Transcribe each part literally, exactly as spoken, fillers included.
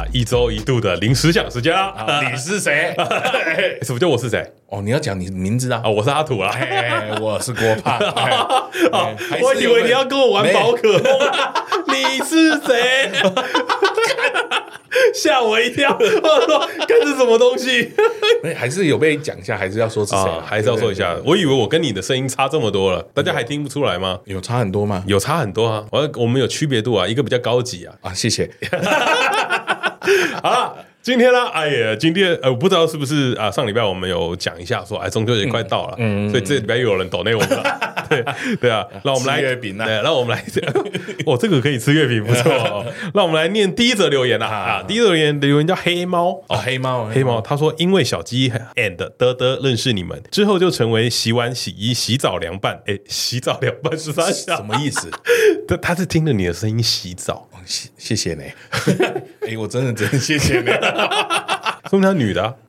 一周一度的临时想时间啦。 你是谁？ 什么叫我是谁？ 哦，你要讲你名字啊！ 啊，我是阿土啦。 哎，我是郭胖。 啊，我以为你要跟我玩宝可梦。你是谁？吓我一跳！我说这是什么东西？ 还是有被讲一下，还是要说是谁、啊？ 还是要说一下。我以为我跟你的声音差这么多了，大家还听不出来吗？ 有差很多吗？ 有差很多啊！我我们有区别度啊，一个比较高级啊。 啊，谢谢。 好了。今天呢，哎呀，今天呃，我不知道是不是啊，上礼拜我们有讲一下说，哎，中秋节快到了，嗯，所以这礼拜又有人抖内我们了，对对啊，让我们来吃月饼啊， 对，让我们来，哦，这个可以吃月饼，不错哦。让我们来念第一则留言啊，啊，第一则留言留言叫黑猫哦，黑猫黑猫，他说因为小鸡 and 德德认识你们之后，就成为洗碗、洗衣、洗澡凉拌，哎，洗澡凉拌是啥？ 什么意思？ 他他是听着你的声音洗澡， 谢谢谢你，哎，我真的真的谢谢你。 说明她女的、啊，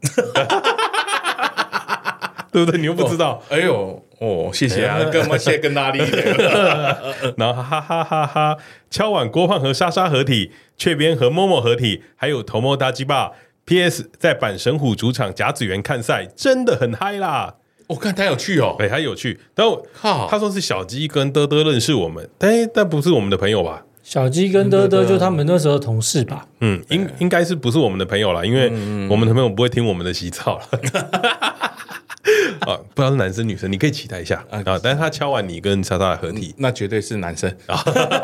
对不对？你又不知道。 哎呦，哦，谢谢啊，干嘛谢更大力一点？ 然后哈哈哈哈，敲碗郭胖和莎莎合体，雀边和默默合体，还有头摸大鸡巴。P S 在阪神虎主场甲子园看赛，真的很嗨啦！ 我、哦、看他有趣哦， 对，他有趣。但我他说是小鸡跟德德认识我们，但但不是我们的朋友吧？ 小鸡跟德德就他们那时候同事吧， 嗯，应应该是不是我们的朋友啦，因为我们的朋友不会听我们的洗澡了。啊，不知道是男生女生，你可以期待一下啊。但是他敲完你跟莎莎的合体， 那绝对是男生啊。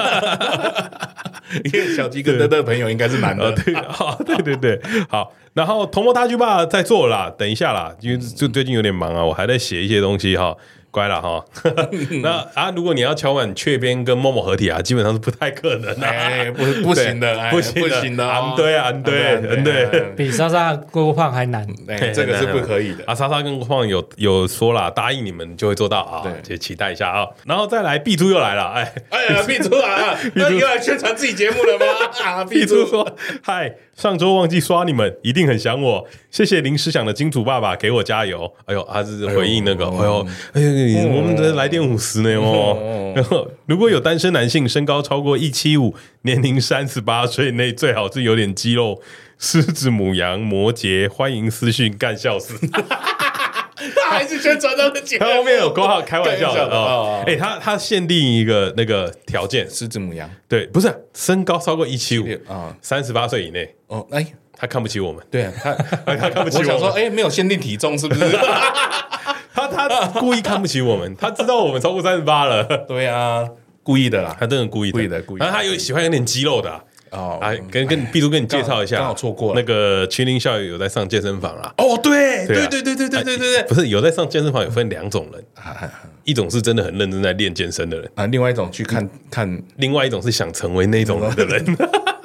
因为小鸡跟德德的朋友应该是男的， 对，好，对对对，好。然后同谋大巨霸在做啦，等一下啦，因为就最近有点忙啊，我还在写一些东西哈。乖了哈，那啊，如果你要敲碗雀边跟默默合体啊，基本上是不太可能的、啊， 哎，不不行的， 不行不行的， 安对安对安对， 比莎莎郭胖还难， 哎，这个是不可以的。 啊，莎莎跟郭胖有有说啦，答应你们就会做到啊，就期待一下啊。然后再来，碧珠又来了，哎， 哎呀，碧珠来了，那你又来宣传自己节目了吗？啊， 碧珠说，嗨。上周忘记刷你们，一定很想我。谢谢临时想的金主爸爸给我加油。哎呦，他是回应那个，哎呦，哎呦，我们的来电五十呢哦。然后，如果有单身男性，身高超过一七五，年龄三十八岁内，最好是有点肌肉。狮子、牡羊、摩羯，欢迎私讯干笑死。 他还是宣传他的节目， 他后面有括号开玩笑的哦。哎、欸，他他限定一个那个条件， 狮子母羊， 对，不是身高超过一七五啊，三十八岁以内。 哦，哎， 他看不起我们， 对啊，他他看不起我们。 我想说，哎、欸，没有限定体重是不是？ 他他故意看不起我们，他知道我们超过三十八了。 对啊，故意的啦， 他真的故意的， 故意的，故意的。 然后他有喜欢有点肌肉的、啊。哦，啊，跟跟碧珠跟你介绍一下， 刚好错过了。 那个麒麟校友有在上健身房啦。 哦，对，对对对对对对对， 不是有在上健身房，有分两种人，一种是真的很认真在练健身的人啊，另外一种去看看， 另外一种是想成为那种人的人。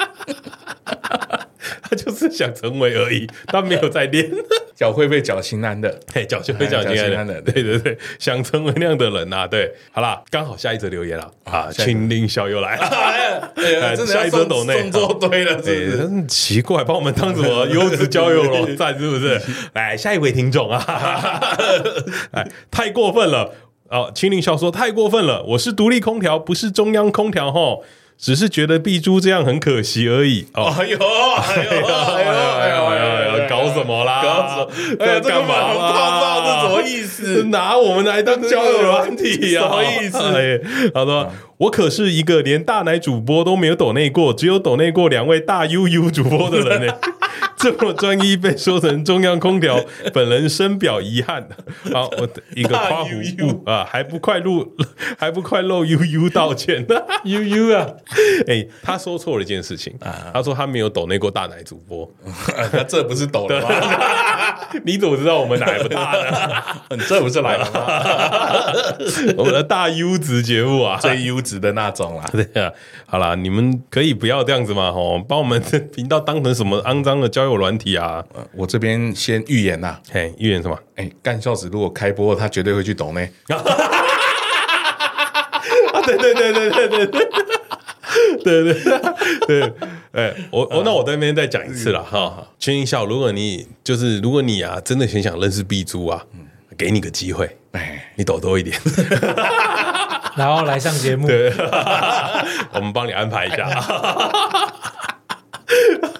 他就是想成为而已，他没有在练。 脚会被脚心安的， 嘿，脚就会脚心安的，对对对，想成为那样的人啊，对，好啦，刚好下一则留言了啊，青林小又来了， 哎，下一则抖内送错堆了，是不是？奇怪，把我们当什么优质交友网站是不是？来，下一位听众啊，哎，太过分了哦！青林笑说太过分了，我是独立空调，不是中央空调吼。只是觉得碧珠这样很可惜而已。哦， 哎呦，哎呦，哎呦，哎呦， 搞什么啦？ 搞什么？哎呀，干嘛？泡泡是什么意思？ 拿我们来当交友软体啊？ 什么意思？ 他说：“我可是一个连大奶主播都没有抖内过，只有抖内过两位大 U U 主播的人呢。这么专一被说成中央空调，本人深表遗憾。好，我一个夸胡啊，还不快露，还不快露 U U 道歉 U U 啊！ 哎、欸，他说错了一件事情，他说他没有抖内过大奶主播， 他这不是抖了吗？ 你怎么知道我们奶不大呢？ 你这不是来了吗？ 我们的大优质节目啊， 最优质的那种啦。 对啊，好啦，你们可以不要这样子嘛，吼，把我们的频道当成什么肮脏的交友软体啊？ 呃、我这边先预言呐， 嘿，预言什么？ 哎、欸，干笑子如果开播，他绝对会去抖内。 啊，对对对对对对对。对对对，哎、欸，我我那我在那边再讲一次了哈，群英笑，如果你就是如果你啊真的很想认识碧珠啊，给你个机会，哎，你抖多一点， 然后来上节目， 对，我们帮你安排一下。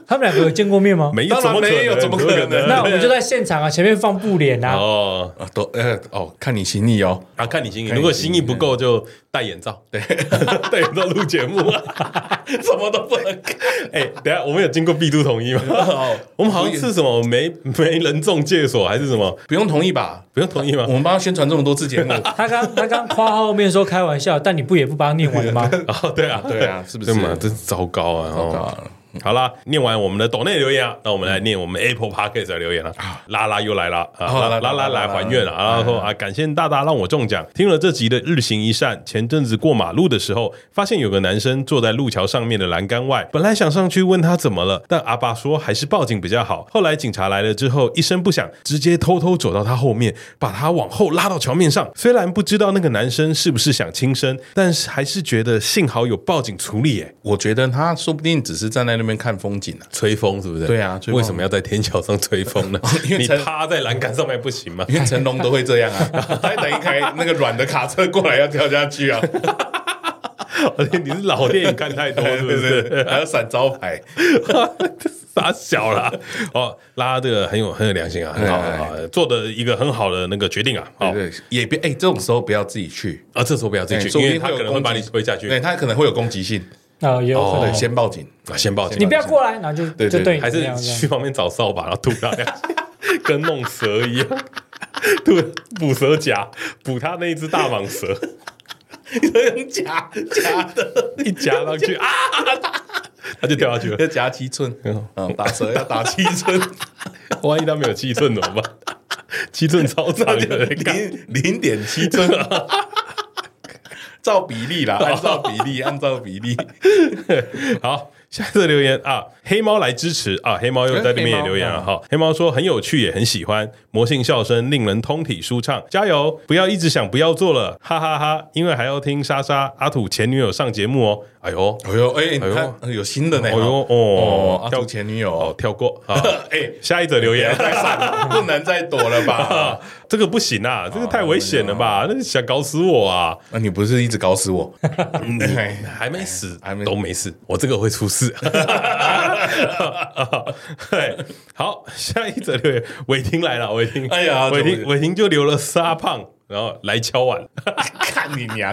他们两个有见过面吗？ 没有，怎么可没有能？ 怎么可能那我们就在现场啊，前面放布帘啊。 哦啊，都呃哦，看你心意哦。 啊，看你心意， 看你如果心意不够，就戴眼罩，对，戴眼罩录节目， 什么都不能看。 哎，等一下我们有经过必都同意吗？我们好像是什么没没人中介所还是什么？ 不用同意吧？ 不用同意吗我？们帮他宣传这么多次节目， 他刚他刚夸后面说开玩笑，但你不也不把他念完了吗？ 哦，对啊， 对啊，是不是？ 对嘛，真是糟糕啊！ 糟糕哦了。 好啦，念完我们的抖内留言啊，那我们来念我们 Apple Podcast 的留言了。拉拉又来了啊， 哦拉拉拉来还愿了。然后说啊，感谢大大让我中奖。听了这集的日行一善，前阵子过马路的时候，发现有个男生坐在路桥上面的栏杆外，本来想上去问他怎么了，但阿爸说还是报警比较好。后来警察来了之后，一声不响，直接偷偷走到他后面，把他往后拉到桥面上。虽然不知道那个男生是不是想轻生，但是还是觉得幸好有报警处理。哎， 我觉得他说不定只是站在那边看风景啊。 吹风是不是？ 对啊吹风为什么要在天桥上吹风呢？你因为成趴在栏杆上面不行吗？ 因为成龙都会这样啊，他等一台那个软的卡车过来要跳下去啊， 你是老电影看太多是不是？ 还要闪招牌， 傻小啦！哦，拉这个很有很有良心啊，很好很好，做的一个很好的那个决定啊。好对，也别哎，这种时候不要自己去啊，这时候不要自己去，因为他可能会把你推下去。 对他可能会有攻击性啊，也有可对， 能。 先报警啊，先报警， 你不要过来，然后就对对就对你还是怎么样这样去旁边找扫把，然后吐他两下，跟弄蛇一样，吐捕蛇夹，捕他那一只大蟒蛇， 用夹夹的， 一夹上去啊，他就掉下去了。 要夹七寸，嗯，打蛇要打七寸， 万一他没有七寸怎么办？七寸超长的， 零零点七寸。照比例啦，按照比例，按照比例。 好，下一次留言啊，黑猫来支持啊，黑猫又在那边也留言了哈。黑猫说很有趣，也很喜欢，魔性笑声令人通体舒畅，加油！不要一直想不要做了，哈哈哈！因为还要听莎莎阿土前女友上节目哦。哎呦， 哎呦，哎，你看有新的呢。 哎呦，哦， 阿土前女友哦，跳过啊。 哎， 下一则留言， 再闪，不能再躲了吧？ 这个不行啊，这个太危险了吧？那想搞死我啊！ 那你不是一直搞死我？ 还没死， 还没都没事，我这个会出事。对，好，下一则留言，伟霆来了，伟霆， 哎呀伟霆，伟霆就留了沙胖，然后来敲碗， 看你娘！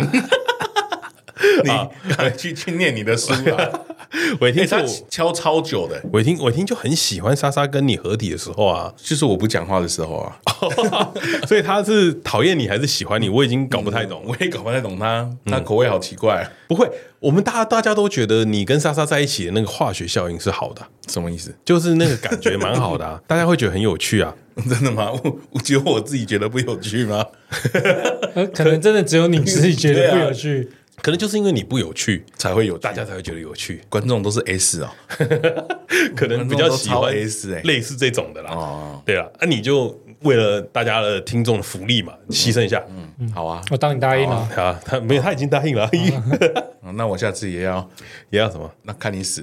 你去去念你的书啊！ 伟霆他是敲超久的， 伟霆，伟霆就很喜欢莎莎跟你合体的时候啊， 就是我不讲话的时候啊， 所以他是讨厌你还是喜欢你，我已经搞不太懂， 我也搞不太懂他，他口味好奇怪。 不会，我们大家大家都觉得你跟莎莎在一起的那个化学效应是好的， 什么意思？ 就是那个感觉蛮好的啊，大家会觉得很有趣啊。 真的吗？我我只有我自己觉得不有趣吗？ 呃可能真的只有你自己觉得不有趣。 可能就是因为你不有趣， 才会有大家才会觉得有趣。 观众都是 S 哦， 可能比较喜欢 S 哎， 类似这种的啦。 哦， 对啊，那你就为了大家的听众的福利嘛，牺牲一下。 嗯，好啊， 我当你答应了。 啊，他没有，他已经答应了。 那我下次也要也要什么？ 那看你死。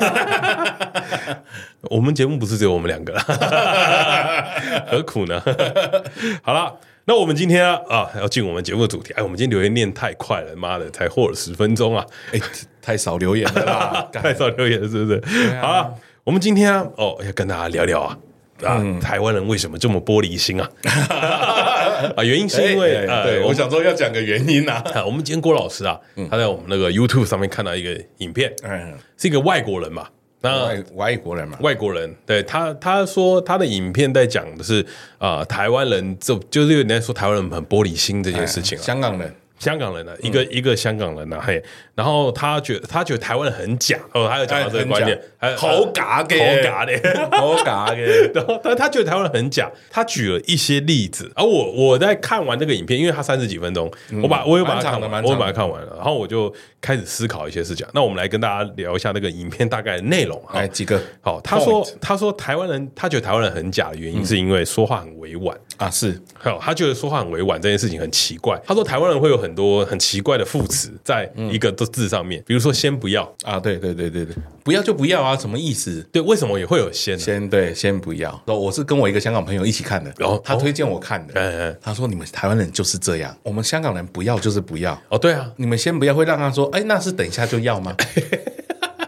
我们节目不是只有我们两个，何苦呢？好了。那我们今天啊，啊要进我们节目的主题。哎，我们今天留言念太快了，妈的，才过了十分钟啊！ 哎，太少留言了啦， 太少留言了，是不是？啊、好了，我们今天啊，哦，要跟大家聊聊啊，啊，嗯、台湾人为什么这么玻璃心啊？啊，原因是因为， 哎哎对、呃、我想说要讲个原因啊。 啊我们今天郭老师啊，嗯、他在我们那个 YouTube 上面看到一个影片，嗯、是一个外国人嘛。那外外国人嘛， 外国人对他他说他的影片在讲的是啊、呃，台湾人就就是有人在说台湾人很玻璃心这件事情、啊哎。香港人， 香港人呢、啊，一个、嗯、一个香港人呢、啊，嘿，然后他觉得他觉得台湾人很假哦，他有讲到这个观点， 还好假嘅， 好假的， 好假嘅。 然后他他觉得台湾人很假，他举了一些例子，而我我在看完这个影片，因为他三十几分钟，嗯、我把我有把它看完，我有把它看完了，然后我就开始思考一些事情。那我们来跟大家聊一下那个影片大概的内容哈。 哎，几个好，他说他说台湾人，他觉得台湾人很假的原因是因为说话很委婉、 嗯、啊，是， 好，他觉得说话很委婉这件事情很奇怪。他说台湾人会有很多很奇怪的副词在一个字上面，比如说先不要啊，对对对对对，不要就不要啊，什么意思？ 对，为什么也会有先？ 先对，先不要。我是跟我一个香港朋友一起看的，然后、哦、他推荐我看的，嗯嗯，他说你们台湾人就是这样，我们香港人不要就是不要。 哦，对啊， 你们先不要会让他说，哎，那是等一下就要吗？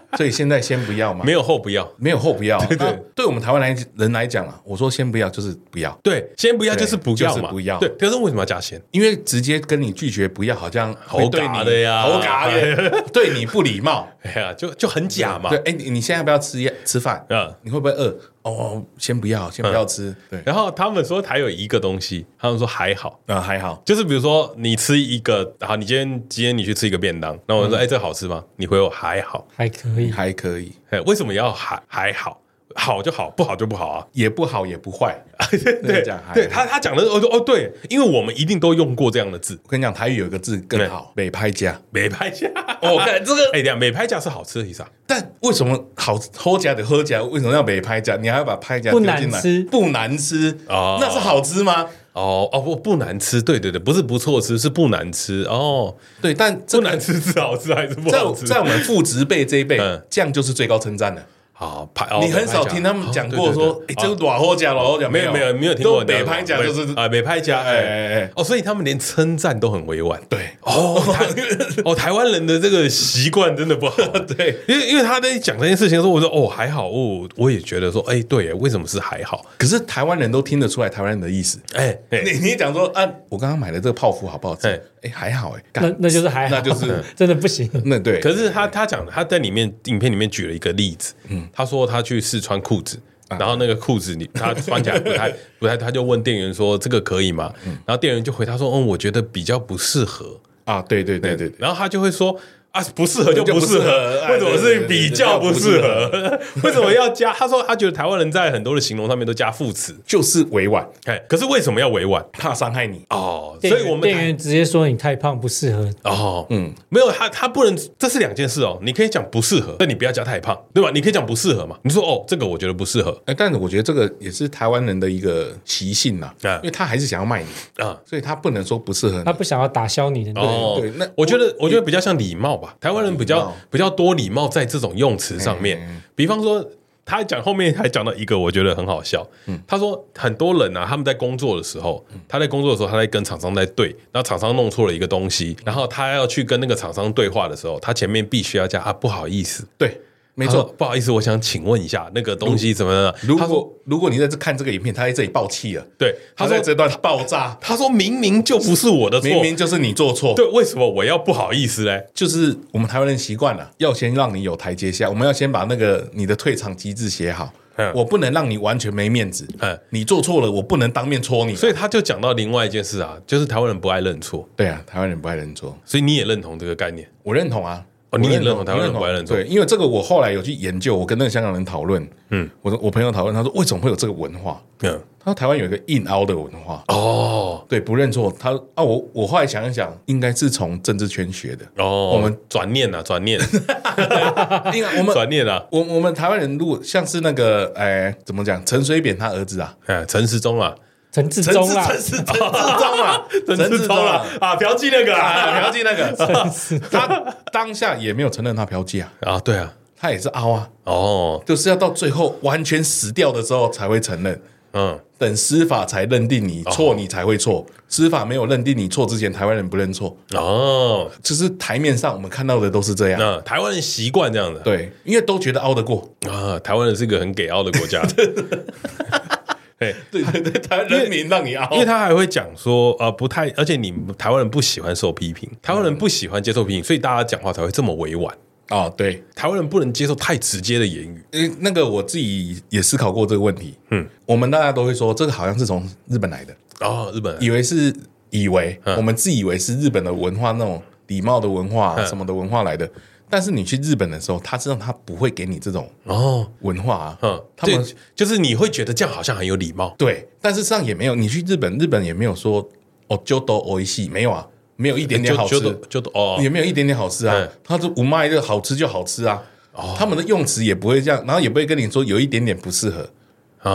所以现在先不要嘛， 没有后不要， 没有后不要。 对对， 对我们台湾来人来讲啊，我说先不要就是不要， 对，先不要就是不要嘛， 就是不要。 对，可是为什么要加先？ 因为直接跟你拒绝不要，好像好嘎的呀， 好嘎的，对你不礼貌， 哎呀，就就很假嘛。 对，哎，你你现在要不要吃吃饭？ 嗯， 你会不会饿？哦，先不要，先不要吃。对， 然后他们说还有一个东西，他们说还好， 啊，还好， 就是比如说你吃一个，好，你今天今天你去吃一个便当，那我说，哎，这好吃吗？你会有还好， 还可以， 还可以。 哎，为什么要还还好？好就好，不好就不好啊， 也不好也不坏。 对对，他他讲的哦哦对，因为我们一定都用过这样的字。 我跟你讲，台语有一个字更好，美拍价， 美拍价。 我看这个， 哎，等下美拍价是好吃的意思啊。 但为什么好喝价的喝价，为什么要美拍价？你还要把拍价不难吃， 不难吃哦，那是好吃吗？ 哦哦不不难吃，对对对，不是不错吃，是不难吃哦。 对，但不难吃是好吃还是不好吃？ 在在我们父执辈这一辈，这样就是最高称赞了。 好拍， 你很少听他们讲过说，哎，这个软货甲，软货甲没有没有没有听过， 美拍甲就是啊美拍甲，哎哎哎，哦，所以他们连称赞都很委婉。 对， 哦哦，台湾人的这个习惯真的不好。 对， 因为因为他在讲这件事情的时候，我说哦还好哦，我也觉得说，哎对，为什么是还好？ 可是台湾人都听得出来台湾人的意思。 哎， 你你讲说啊，我刚刚买的这个泡芙好不好吃？哎，还好哎， 那那就是还好， 那就是真的不行。 那对， 可是他他讲他在里面影片里面举了一个例子，嗯，他说他去试穿裤子，然后那个裤子你他穿起来不太不太，他就问店员说这个可以吗？然后店员就回答说，嗯，我觉得比较不适合啊，对对对对， 然后他就会说。啊，不适合就不适合，为什么是比较不适合？为什么要加？他说他觉得台湾人在很多的形容上面都加副词， 就是委婉。 哎，可是为什么要委婉？ 怕伤害你哦。所以我们店员直接说你太胖不适合哦。嗯，没有他他不能，这是两件事哦。你可以讲不适合，但你不要加太胖，对吧？你可以讲不适合嘛。你说哦，这个我觉得不适合。 哎，但是我觉得这个也是台湾人的一个习性呐，因为他还是想要卖你啊，所以他不能说不适合你， 他不想要打消你的。 哦，对，那我觉得我觉得比较像礼貌吧，台湾人比较。比较多礼貌在这种用词上面，比方说他讲后面还讲到一个我觉得很好笑，他说很多人啊他们在工作的时候，他在工作的时候他在跟厂商在对，然后厂商弄错了一个东西，然后他要去跟那个厂商对话的时候，他前面必须要加啊不好意思， 对。没错， 不好意思，我想请问一下那个东西怎么样？ 如果如果你在这看这个影片，他在这里爆气了， 对， 他说这段爆炸， 他说明明就不是我的错， 明明就是你做错， 对，为什么我要不好意思嘞？ 就是我们台湾人习惯了，要先让你有台阶下，我们要先把那个你的退场机制写好。我不能让你完全没面子，你做错了，我不能当面戳你。 所以他就讲到另外一件事啊，就是台湾人不爱认错。 对啊，台湾人不爱认错， 所以你也认同这个概念？ 我认同啊。 哦，你也认同台湾人不爱认错？ 对，因为这个我后来有去研究，我跟那个香港人讨论，嗯，我我朋友讨论，他说为什么会有这个文化？嗯，他说台湾有一个硬凹的文化。哦，对，不认错。他啊，我我后来想一想，应该是从政治圈学的。 哦，我们转念啊，转念， 因为我们转念啊， 我我们台湾人如果像是那个，哎，怎么讲？陈水扁他儿子啊， 哎，陈时中啊。 陈志忠啊， 陈志忠啊， 陈志忠啊，啊，嫖妓那个啊， 嫖妓那个，他当下也没有承认他嫖妓啊， 啊，对啊， 他也是凹啊， 哦， 就是要到最后完全死掉的时候才会承认，嗯，等司法才认定你错，你才会错，司法没有认定你错之前，台湾人不认错，哦，就是台面上我们看到的都是这样， 那台湾人习惯这样的， 对，因为都觉得凹得过啊，台湾人是一个很给凹的国家。 对对对对，台湾人民让你凹， 因为他还会讲说，呃，不太，而且你台湾人不喜欢受批评，台湾人不喜欢接受批评，所以大家讲话才会这么委婉。 哦，对， 台湾人不能接受太直接的言语。 呃，那个我自己也思考过这个问题。嗯，我们大家都会说，这个好像是从日本来的。 哦，日本来以为是以为、嗯、我们自以为是日本的文化那种礼貌的文化、啊嗯、什么的文化来的。但是你去日本的时候，他知道他不会给你这种哦文化啊，嗯， 他们就是你会觉得这样好像很有礼貌， 对，但是实际上也没有。你去日本，日本也没有说哦，就都おいしい，没有啊，没有一点点好吃， 就都哦， 也没有一点点好吃啊。嗯、他说五麦这好吃就好吃啊，哦、他们的用词也不会这样，然后也不会跟你说有一点点不适合啊。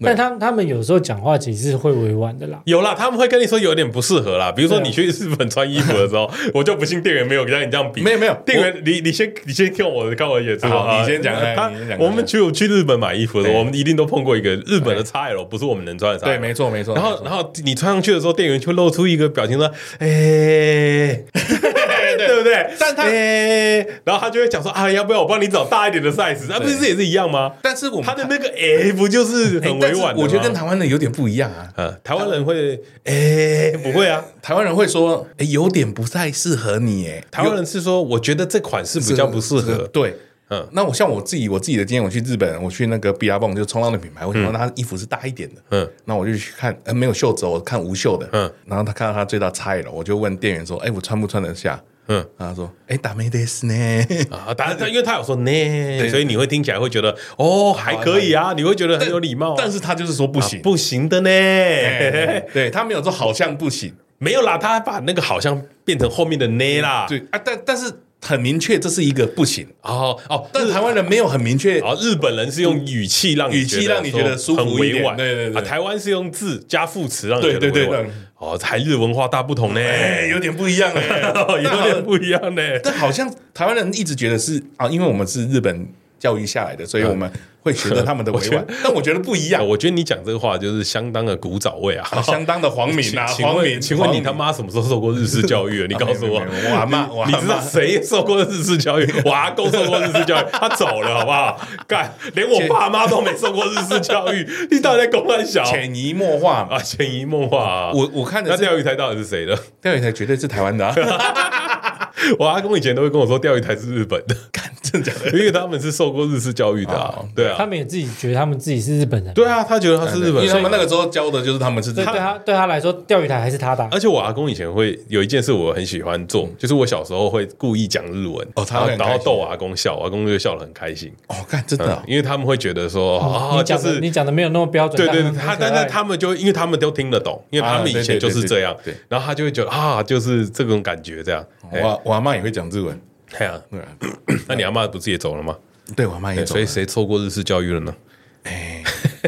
但他他们有时候讲话其实是会委婉的啦。 有啦，他们会跟你说有点不适合啦。比如说你去日本穿衣服的时候，我就不信店员没有像你这样比。 没有没有， 店员你你先你先看我的看我的眼珠好，你先讲。 他我们去去日本买衣服的时候，我们一定都碰过一个日本的 X L， 不是我们能穿的 X L。 对，没错没错。 然后然后你穿上去的时候，店员就露出一个表情说：“哎。”对不对？ 但他、 欸，然后他就会讲说啊，要不要我帮你找大一点的 size？ 啊，不是也是一样吗？ 但是我们他的那个哎，不就是很委婉的吗？ 我觉得跟台湾人有点不一样啊。 呃，台湾人会哎，不会啊， 台湾人会说哎，有点不太适合你哎。 台湾人是说，我觉得这款式比较不适合。 对。嗯，那我像我自己，我自己的经验，我去日本，我去那个 Billabong 就冲浪的品牌，我想到他衣服是大一点的，嗯，那我就去看，呃，没有袖子，我看无袖的，嗯，然后他看到他最大差异了，我就问店员说，哎，我穿不穿得下？嗯，然后他说，哎，打没得是呢， 啊，当然，因为他有说呢，所以你会听起来会觉得，哦，还可以啊，你会觉得很有礼貌， 但是他就是说不行， 不行的呢， 对他没有说好像不行， 没有啦，他把那个好像变成后面的呢啦， 对啊，但但是。很明确，这是一个不行哦哦， 但台湾人没有很明确哦。日本人是用语气让你语气让你觉得舒服一点，对对对。 啊，台湾是用字加副词让你觉得委婉。哦，台日文化大不同呢， 有点不一样呢， 有点不一样呢。 但好像台湾人一直觉得是啊，因为我们是日本教育下来的，所以我们会学着他们的委婉。但我觉得不一样。 我觉得你讲这个话就是相当的古早味啊， 相当的皇民啊，皇民。 请问你他妈什么时候受过日式教育？你告诉我， 我阿妈， 你知道谁受过日式教育？我阿公受过日式教育，他走了好不好？干，连我爸妈都没受过日式教育，你到底在公安小？ 潜移默化啊，潜移默化。 我我看的那钓鱼台到底是谁的？ 钓鱼台绝对是台湾的。 我阿公以前都会跟我说，钓鱼台是日本的， 真的假的？ 因为他们是受过日式教育的啊，对啊， 他们也自己觉得他们自己是日本人， 对啊，他觉得他是日本人， 因为他们那个时候教的就是他们是对他对他来说，钓鱼台还是他的。 而且我阿公以前会有一件事我很喜欢做，就是我小时候会故意讲日文， 哦，他然后逗我阿公笑，我阿公就笑得很开心。 哦，看真的， 因为他们会觉得说， 啊，就是你讲的没有那么标准， 对对，他但是他们就因为他们都听得懂，因为他们以前就是这样，对，然后他就会觉得啊，就是这种感觉这样。 我我阿嬷也会讲日文。 对啊，那你阿嬷不是也走了吗？ 对，我阿嬷也走了。 所以谁受过日式教育了呢？哎，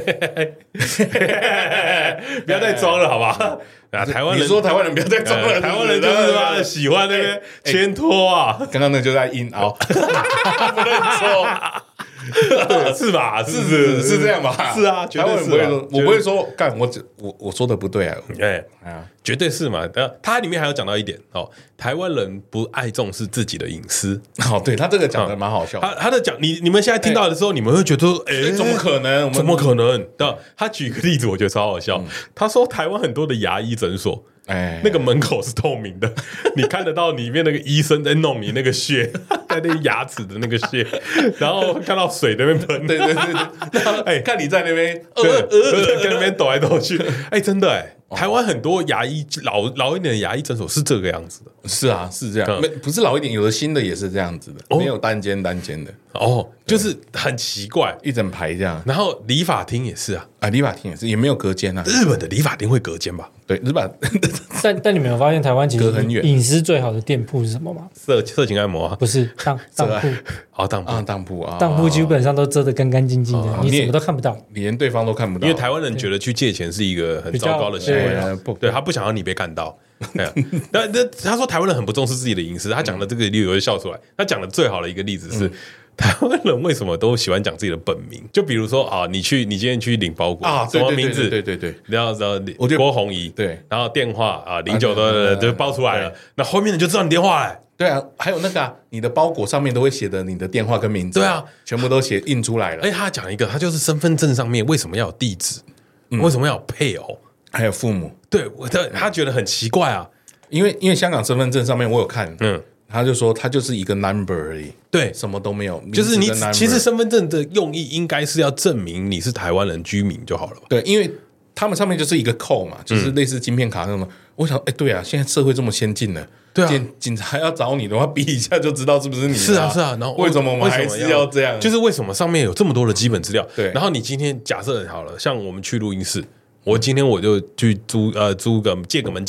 不要再装了，好吧？啊，台湾人， 你说台湾人不要再装了， 台湾人就是妈的喜欢那边牵拖啊。 刚刚那就在硬凹，不能说。 是吧？是是是这样吧？ 是啊，绝对是。 我不会说干，我我我说的不对啊。 哎啊，绝对是嘛。他里面还有讲到一点哦，台湾人不爱重视自己的隐私。 哦，对他这个讲的蛮好笑。 他他的讲，你你们现在听到的时候，你们会觉得，哎， 怎么可能？ 怎么可能？对，他举个例子，我觉得超好笑。他说，台湾很多的牙医诊所。哎，那个门口是透明的，你看得到里面那个医生在弄你那个血，在那牙齿的那个血，然后看到水在那边喷， 对对对对，哎，看你在那边， 呃呃，在那边抖来抖去，哎，真的哎，台湾很多牙医老老一点的牙医诊所是这个样子的， 是啊，是这样，没不是老一点，有的新的也是这样子的，没有单间单间的， 哦，就是很奇怪， 一整排这样， 然后理发厅也是啊， 啊，理发厅也是，也没有隔间啊， 日本的理发厅会隔间吧？ 对，日本， 但但你没有发现台湾其实隔很远， 隐私最好的店铺是什么吗？ 色色情按摩啊？ 不是当当铺， 哦当铺当铺啊， 当铺基本上都遮得干干净净的，你什么都看不到， 连对方都看不到， 因为台湾人觉得去借钱是一个很糟糕的行为啊，对他不想让你被看到。那那他说台湾人很不重视自己的隐私，他讲的这个例子我就笑出来。他讲的最好的一个例子是。台湾人为什么都喜欢讲自己的本名？就比如说啊，你去你今天去领包裹啊，什么名字？ 对对对， 然后然后我觉得郭宏仪对，然后电话啊零九的就报出来了，那后面人就知道你电话了。 对啊，还有那个啊，你的包裹上面都会写的你的电话跟名字， 对啊， 全部都写印出来了。 而且他讲一个，他就是身份证上面为什么要有地址？为什么要有配偶？ 还有父母？ 对，我他他觉得很奇怪啊， 因为因为香港身份证上面我有看，嗯。他就说，他就是一个 number 而已， 对， 什么都没有。 就是你其实身份证的用意应该是要证明你是台湾人居民就好了吧？ 对，因为他们上面就是一个扣嘛，就是类似晶片卡那种。我想，哎，对啊，现在社会这么先进了， 对啊， 警察要找你的话，比一下就知道是不是你。 是啊，是啊。然后为什么我们还是要这样？ 就是为什么上面有这么多的基本资料？ 对。 然后你今天假设好了，像我们去录音室。我今天我就去租呃租个借个门禁卡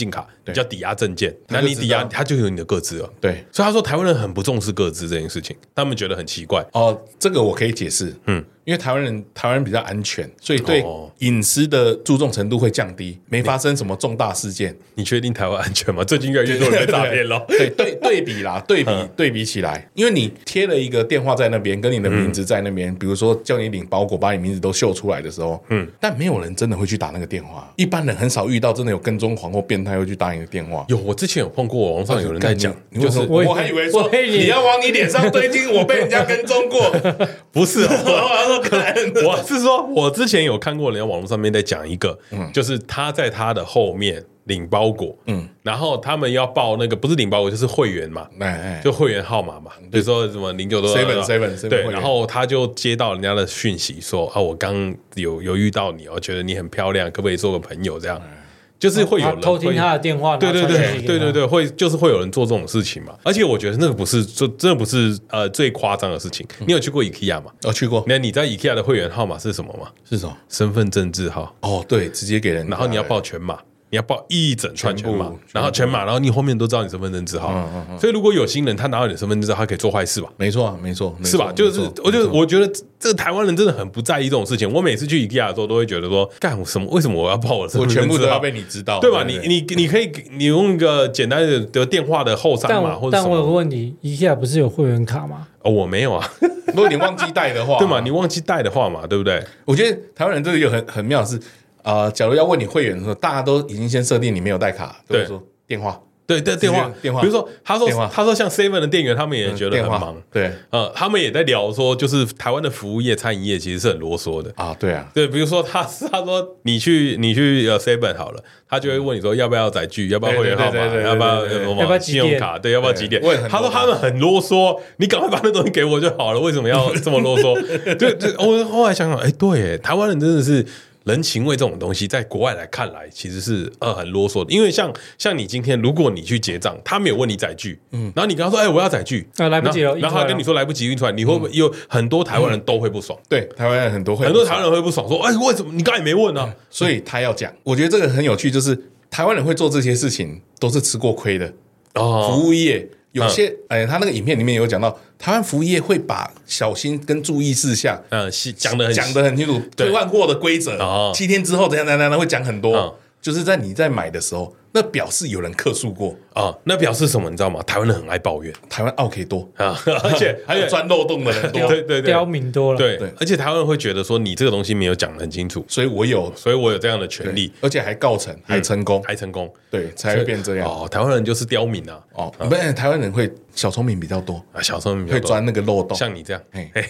你叫抵押证件，那你抵押他就有你的个资了。 对， 所以他说台湾人很不重视个资这件事情，他们觉得很奇怪。 哦，这个我可以解释，嗯，因为台湾人台湾人比较安全，所以对隐私的注重程度会降低，没发生什么重大事件。 你确定台湾安全吗？最近越来越多人被诈骗了。 对对对比啦，对比对比起来，因为你贴了一个电话在那边，跟你的名字在那边，比如说叫你领包裹，把你名字都秀出来的时候，嗯，但没有人真的会去打那个电话，一般人很少遇到真的有跟踪狂或变态会去打你的电话。 有，我之前有碰过，网上有人在讲， 就是我还以为说你要往你脸上堆金，我被人家跟踪过， 不是，我是说，我之前有看过人家网络上面在讲一个，就是他在他的后面领包裹，嗯，然后他们要报那个不是领包裹就是会员嘛，就会员号码嘛，比如说什么零九多 seven seven 对，然后他就接到人家的讯息说啊，我刚有有遇到你，我觉得你很漂亮，可不可以做个朋友这样？就是会有人偷听他的电话， 对对对对对对，会就是会有人做这种事情嘛。而且我觉得那个不是，就真的不是呃最夸张的事情。你有去过 IKEA 吗？ 我去过。 那你知道 IKEA 的会员号码是什么吗？ 是什么？ 身份证字号。 哦，对，直接给人， 然后你要报全码。你要报一整串全码，然后全码，然后你后面都知道你身份证字号，嗯嗯嗯，所以如果有心人他拿到你的身份证字号，他可以做坏事吧？ 没错啊，没错， 是吧？就是我就我觉得这个台湾人真的很不在意这种事情。我每次去 IKEA 的时候，都会觉得说，干我什么？为什么我要报我的身份证字号？ 我全部都要被你知道， 对吧？你你你可以你用一个简单的的电话的后三码或者但我有个问题 ，IKEA 不是有会员卡吗？ 哦，我没有啊。 如果你忘记带的话， 对嘛？你忘记带的话嘛，对不对？ 我觉得台湾人这个有很很妙的是。呃，假如要问你会员的时候，大家都已经先设定你没有带卡，对，说电话， 对对电话电话， 比如说他说他说像 seven 的店员，他们也觉得很忙， 对， 呃，他们也在聊说，就是台湾的服务业、餐饮业其实是很啰嗦的啊，对啊， 对，比如说他他说你去你去呃 seven 好了，他就会问你说要不要载具，要不要会员号码，要不要要不要信用卡，对，要不要几点？他说他们很啰嗦，你赶快把那东西给我就好了，为什么要这么啰嗦？对对，我后来想想，哎，对，台湾人真的是。人情味这种东西，在国外来看来，其实是呃很啰嗦的。因为像像你今天，如果你去结账，他没有问你载具，嗯，然后你跟他说，哎、欸，我要载具， 啊，来不及了， 然后他跟你说来不及运出来，你会不会有很多台湾人都会不爽？ 嗯、对，台湾人很多会， 很多台湾人会不爽，说，哎、欸，为什么你刚才没问呢、啊嗯？ 所以他要讲，我觉得这个很有趣，就是台湾人会做这些事情，都是吃过亏的哦，服务业。有些哎、欸，他那个影片里面有讲到，台湾服务业会把小心跟注意事项， 嗯，讲的讲的很清楚，退换货的规则，哦、七天之后怎样怎样怎样，会讲很多。嗯、就是在你在买的时候，那表示有人客诉过啊、哦，那表示什么？你知道吗？台湾人很爱抱怨， 台湾奥 K 多啊，而且还有钻漏洞的人多， 对对对， 刁民多了， 对对，而且台湾人会觉得说你这个东西没有讲得很清楚， 所以我有， 所以我有这样的权利， 而且还告成，还成功， 嗯、还成功， 对，才会变这样。 哦，台湾人就是刁民啊， 哦，不是，台湾人会小聪明比较多啊，小聪明会钻那个漏洞， 像你这样，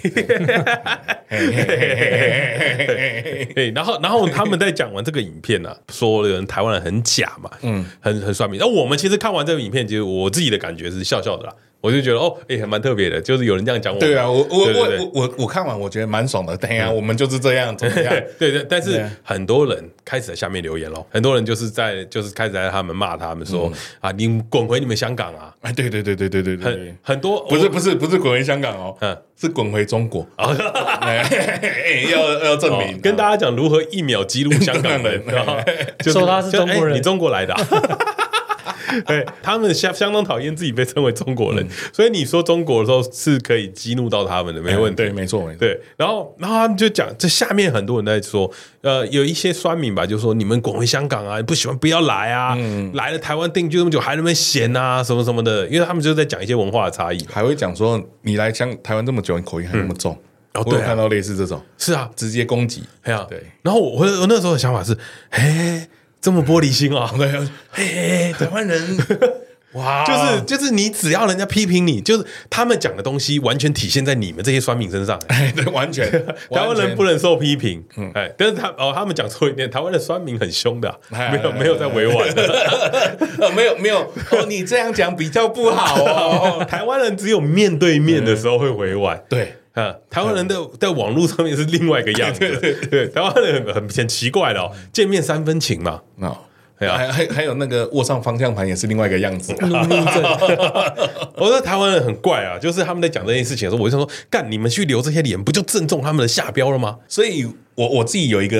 对，然后然后他们在讲完这个影片呢、啊，说人台湾人很假嘛，嗯，很很酸民。那我们其实看完这个影片，其实我自己的感觉是笑笑的啦。我就觉得哦，哎、欸，还蛮特别的，就是有人这样讲我。 对啊，我我我我我看完我觉得蛮爽的。等一下、嗯、我们就是这样怎么样？ 对对，但是很多人开始在下面留言咯，很多人就是在就是开始在他们骂他们说、嗯、啊，你滚回你们香港啊！ 哎，对对对对对对对， 很很多不是不是不是滚回香港哦，嗯，是滚回中国。哎，要要证明、 哦，跟大家讲如何一秒击落香港人， 就是说他是中国人， 欸、你中国来的、啊。对，他们相相当讨厌自己被称为中国人、嗯，所以你说中国的时候是可以激怒到他们的，没问题。 嗯、对，没错，没错。 对，然后，然后他们就讲，这下面很多人在说，呃，有一些酸民吧，就说你们滚回香港啊，不喜欢不要来啊，嗯、来了台湾定居这么久，还那么闲啊，什么什么的，因为他们就在讲一些文化的差异， 还会讲说你来香台湾这么久，你口音还那么重。嗯、哦，对、啊，我有看到类似这种， 是啊， 直接攻击， 对啊，对。然后我我那时候的想法是，哎，这么玻璃心啊， 对，嘿，台湾人。 哇，就是就是你只要人家批评你，就是他们讲的东西完全体现在你们这些酸民身上。 哎，对，完全， 台湾人不能受批评。嗯，哎，但是他哦，他们讲错一点，台湾的酸民很凶的、啊，没有没有在委婉的， 没有没有哦，你这样讲比较不好哦。 台湾人只有面对面的时候会委婉。 嗯、对。 啊，台湾人在在网络上面是另外一个样子。对对对，台湾人很很很奇怪的哦，见面三分情嘛。哦。 还还还有那个握上方向盘也是另外一个样子。 我说台湾人很怪啊，就是他们在讲这件事情的时候，我就想说，干你们去留这些言，不就正中他们的下标了吗？ 所以我我自己有一个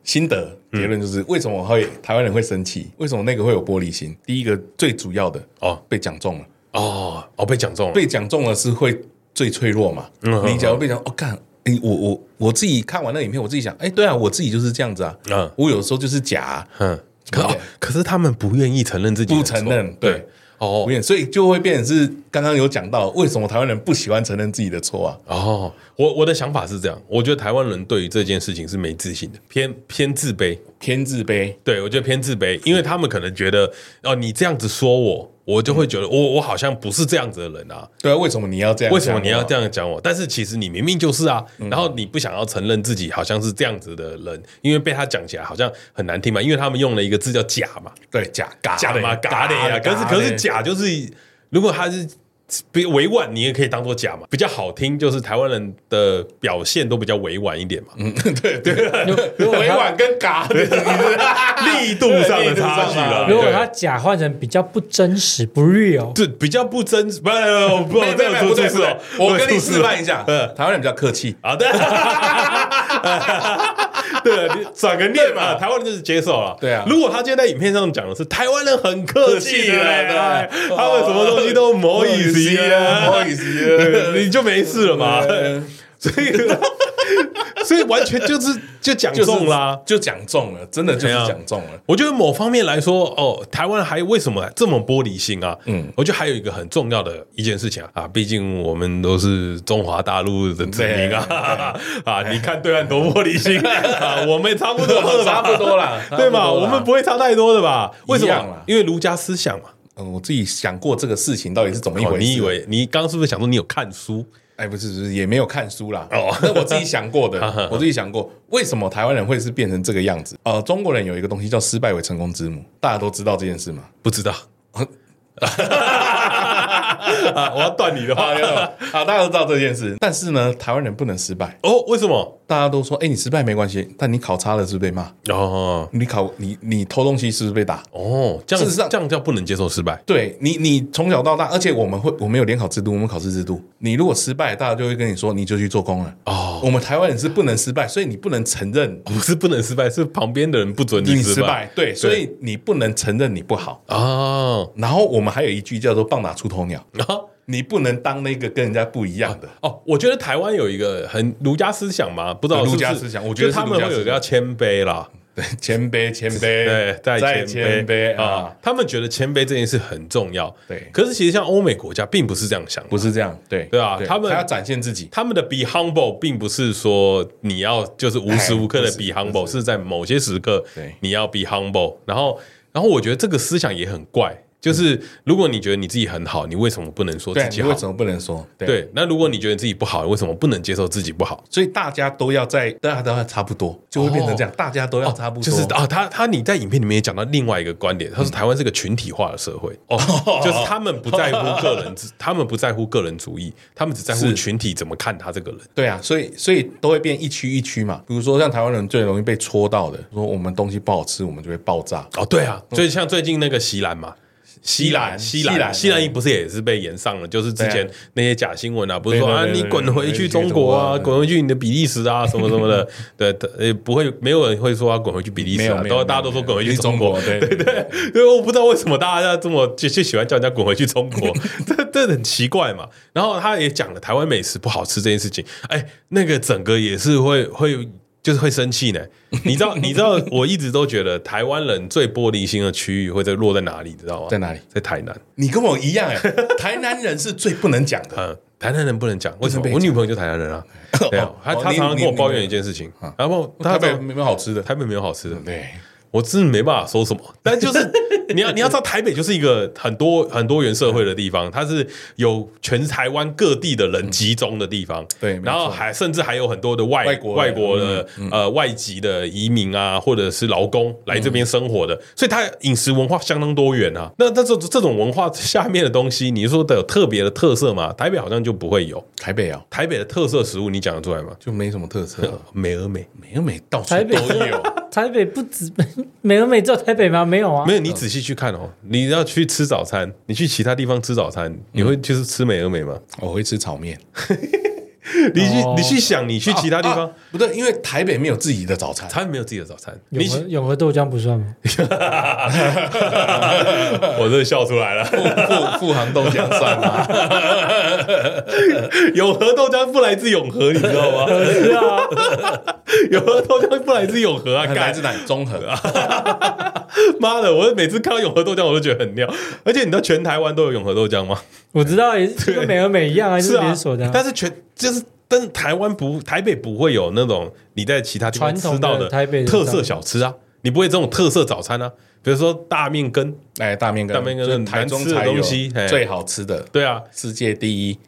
心得结论就是，为什么会台湾人会生气？为什么那个会有玻璃心？第一个最主要的哦，被讲中了哦哦，被讲中了， 被讲中了是会最脆弱嘛？嗯、你假如被讲哦，干。欸、我我我自己看完那影片，我自己想，哎、欸，对啊，我自己就是这样子啊，嗯，我有时候就是假、啊，嗯， 可、哦、可是他们不愿意承认自己不承认，对，对哦，不愿，所以就会变成是刚刚有讲到，为什么台湾人不喜欢承认自己的错啊？ 哦，我我的想法是这样，我觉得台湾人对于这件事情是没自信的，偏偏自卑， 偏自卑， 对我觉得偏自卑，因为他们可能觉得，哦，你这样子说我。我就会觉得我我好像不是这样子的人啊， 对啊，为什么你要这样？ 为什么你要这样讲我？但是其实你明明就是啊，嗯、然后你不想要承认自己好像是这样子的人，因为被他讲起来好像很难听嘛，因为他们用了一个字叫假嘛， 对，假假假嘛，假的呀。可是可是假就是，如果他是委婉，你也可以当做假嘛，比较好听，就是台湾人的表现都比较委婉一点嘛。 嗯，对对，委婉跟假的力度上的差距了。 如果他假换成比较不真实、不 real， 对，比较不真实，不不不， 没有不对不对，我跟你示范一下，台湾人比较客气啊，对。对，你转个念嘛，台湾人就是接受了。 对啊， 如果他今天在影片上讲的是台湾人很客气的，对，他们什么东西都不好意思啊， 不好意思， 你就没事了嘛。所以，所以完全就是就讲中啦， 就讲中了，真的就是讲中了。 我觉得某方面来说，哦，台湾还为什么这么玻璃心啊？嗯，我觉得还有一个很重要的一件事情啊，啊，毕竟我们都是中华大陆的子民啊，啊，你看对岸多玻璃心啊，我们差不多， 差不多啦， 对嘛？我们不会差太多的吧？为什么？因为儒家思想嘛。 嗯，我自己想过这个事情到底是怎么一回事。 你以为你刚刚是不是想说你有看书？ 哎，不是，不是，也没有看书啦。哦，那我自己想过的，我自己想过，为什么台湾人会是变成这个样子？呃，中国人有一个东西叫失败为成功之母，大家都知道这件事吗？ 不知道。啊！我要断你的话， 好，大家都知道这件事，但是呢，台湾人不能失败哦。为什么？ 大家都说，哎、欸，你失败没关系，但你考差了是不是被骂？哦，你考你你偷东西是不是被打？ 哦，这样事实上这样叫不能接受失败。 对你，你从小到大，而且我们会我们有联考制度，我们考试制度，你如果失败，大家就会跟你说，你就去做工了。哦，我们台湾人是不能失败，所以你不能承认， 不是不能失败，是旁边的人不准你失败。 对，对，所以你不能承认你不好哦。然后我们还有一句叫做“棒打出头鸟”。你不能当那个跟人家不一样的哦, 哦。我觉得台湾有一个很儒家思想嘛，不知道是不是儒家思想，我觉得他们会有一个叫谦卑啦， 对，谦卑，谦卑， 对，再谦卑啊。他们觉得谦卑这件事很重要， 对。 可是其实像欧美国家并不是这样想的， 不是这样，对， 对啊。他们他要展现自己， 他们的 be humble 并不是说你要就是无时无刻的 be humble， 是在某些时刻你要 be humble。然后，然后我觉得这个思想也很怪。就是如果你觉得你自己很好，你为什么不能说自己好？ 你为什么不能说？ 对, 对，那如果你觉得自己不好，为什么不能接受自己不好？ 所以大家都要在，大家都要差不多，就会变成这样，哦、大家都要差不多。 就是啊，他他你在影片里面也讲到另外一个观点，他说台湾是个群体化的社会，哦，就是他们不在乎个人，他们不在乎个人主义，他们只在乎群体怎么看他这个人。 对啊，所以所以都会变一区一区嘛。比如说像台湾人最容易被戳到的，说我们东西不好吃，我们就会爆炸。 哦，对啊，所以像最近那个席兰嘛。西兰西兰西兰一不是也是被延上了？就是之前那些假新闻啊，不是说啊你滚回去中国啊，滚回去你的比利时啊什么什么的，对，也不会没有人会说啊滚回去比利时啊，都大家都说滚回去中国，对对对，因为我不知道为什么大家要这么就就喜欢叫人家滚回去中国，这这很奇怪嘛。然后他也讲了台湾美食不好吃这件事情，哎，那个整个也是会会。就是会生气呢，你知道？你知道？我一直都觉得台湾人最玻璃心的区域会在落在哪里？知道吗？ 在哪里？ 在台南。 你跟我一样哎、欸，台南人是最不能讲的。 嗯，台南人不能讲，为什么？我女朋友就台南人啊，对啊，她她常常跟我抱怨一件事情，然后台北没有好吃的， 台北没有好吃的， 对。 我真的没办法说什么，但就是你要你要知道，台北就是一个很多很多元社会的地方，它是有全台湾各地的人集中的地方， 对， 然后还甚至还有很多的外外国外国的、嗯嗯、呃外籍的移民啊，或者是劳工来这边生活的，所以它饮食文化相当多元啊。那那这这种文化下面的东西，你说的有特别的特色吗？台北好像就不会有。 台北啊， 台北的特色食物你讲得出来吗？ 就没什么特色、啊， 美而美， 美而美到处都有。 台北不止美而美只有台北吗？没有啊， 没有。你仔细去看哦，你要去吃早餐，你去其他地方吃早餐，你会就是吃美而美吗？ 我会吃炒面。 你去你去想，你去其他地方不对，因为台北没有自己的早餐， 台北没有自己的早餐。 永和永和豆浆不算吗？ 我真的笑出来了。 富富富航豆浆算吗？ 永和豆浆不来自永和，你知道吗？ 是啊， 永和豆浆不来自永和啊， 来自哪里？中和啊！妈的，我每次看到永和豆浆，我都觉得很妙。而且你知道全台湾都有永和豆浆吗？ 我知道，也是跟美而美一样啊，是连锁的、啊。 但是全就是，但是台湾不，台北不会有那种你在其他地方吃到的台北特色小吃啊，你不会这种特色早餐啊。比如说大面羹， 哎，大面羹， 大面羹是台中吃的东西， 最好吃的， 对啊， 世界第一，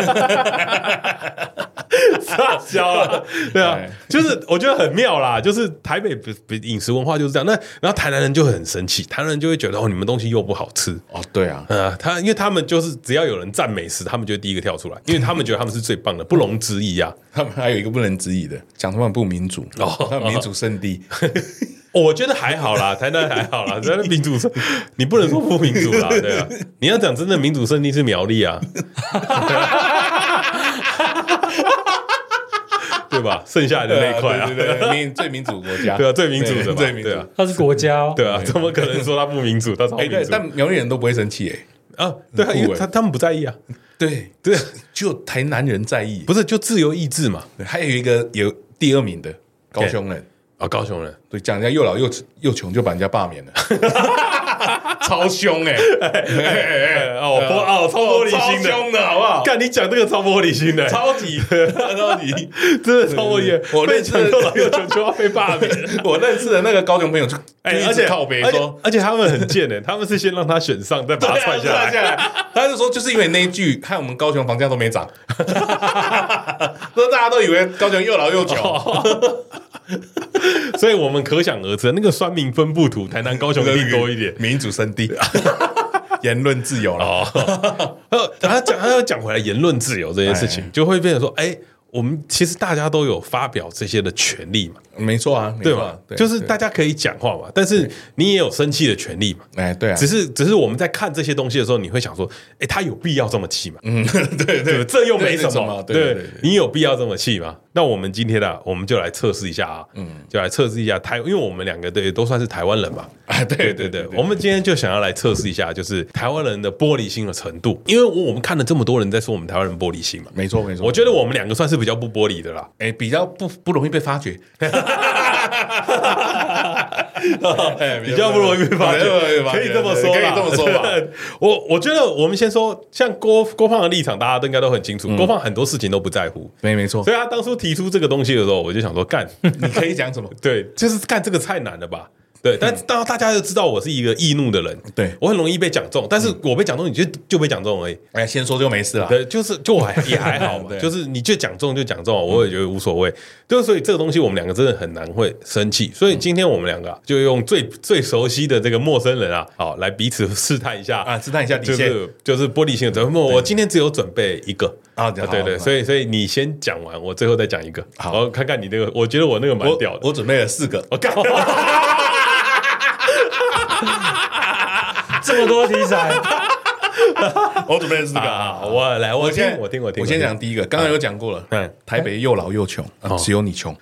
傻笑了，对啊，就是我觉得很妙啦，就是台北饮食文化就是这样，那然后台南人就很生气，台南人就会觉得哦，你们东西又不好吃哦，对啊， 呃，他因为他们就是只要有人赞美食，他们就第一个跳出来，因为他们觉得他们是最棒的，不容置疑啊。 他们还有一个不能质疑的，讲他们不民主哦，他们民主圣地。 我觉得还好啦，台南还好啦，台南民主圣，你不能说不民主啦，对啊，你要讲真的民主圣地是苗栗啊，对吧？剩下的那一块啊， 对对对，民最民主国家， 对啊，最民主的嘛， 最民主， 它是国家哦， 对啊，怎么可能说它不民主？它超民主， 但苗栗人都不会生气哎， 啊，对啊，因为他他们不在意啊， 对对， 就台南人在意， 不是就自由意志嘛？ 还有一个有第二名的高雄人。 哦，高雄人对，讲人家又老又又穷，就把人家罢免了，超凶哎、欸！ 哦哦，超玻璃心的， 超凶的好不好？ 干你讲这个超玻璃心的， 超级超级， 真的超玻璃。 我认识又老又穷就要被罢免。 我认识的那个高雄朋友就， 哎，而且靠北说， 而且他们很贱哎，他们是先让他选上，再把他踹下来。 他就说，就是因为那一句，害我们高雄房价都没涨，说大家都以为高雄又老又穷。 所以我们可想而知，那个酸民分布图，台南、高雄一定多一点， 民主圣地，言论自由了。 哦，他讲，他要讲回来言论自由这件事情，就会变成说，哎，我们其实大家都有发表这些的权利嘛， 没错啊， 对吧？就是大家可以讲话嘛，但是你也有生气的权利嘛。 哎，对啊， 只是只是我们在看这些东西的时候，你会想说，哎，他有必要这么气吗？ 嗯，对对， 这又没什么， 对， 你有必要这么气吗？那我们今天啊，我们就来测试一下啊，嗯，就来测试一下台，因为我们两个对都算是台湾人嘛， 啊，对对对，我们今天就想要来测试一下，就是台湾人的玻璃心的程度，因为我们看了这么多人在说我们台湾人玻璃心嘛， 没错没错， 我觉得我们两个算是比较不玻璃的啦， 哎，比较不不容易被发觉。 比较不容易被发觉，可以这么说， 可以这么说吧。 我我觉得我们先说，像郭郭胖的立场，大家都应该都很清楚。郭胖很多事情都不在乎， 没没错。 所以他当初提出这个东西的时候，我就想说，干， 你可以讲什么？ 对，就是干这个太难了吧。对，但当大家就知道我是一个易怒的人， 对我很容易被讲中，但是我被讲中，你就就被讲中而已。 哎，先说就没事了。 对，就是就还也还好嘛，就是你就讲中就讲中，我也觉得无所谓。就所以这个东西我们两个真的很难会生气，所以今天我们两个就用最最熟悉的这个陌生人啊，好来彼此试探一下啊，试探一下底线， 就是就是玻璃心的。我今天只有准备一个啊， 对对，所以所以你先讲完，我最后再讲一个，好，看看你那个，我觉得我那个蛮屌的， 我准备了四个， 我干。 这么多题材， 我准备了四个啊！我来，我听，我听，我听。 我先讲第一个，刚刚有讲过了，嗯，台北又老又穷，只有你穷。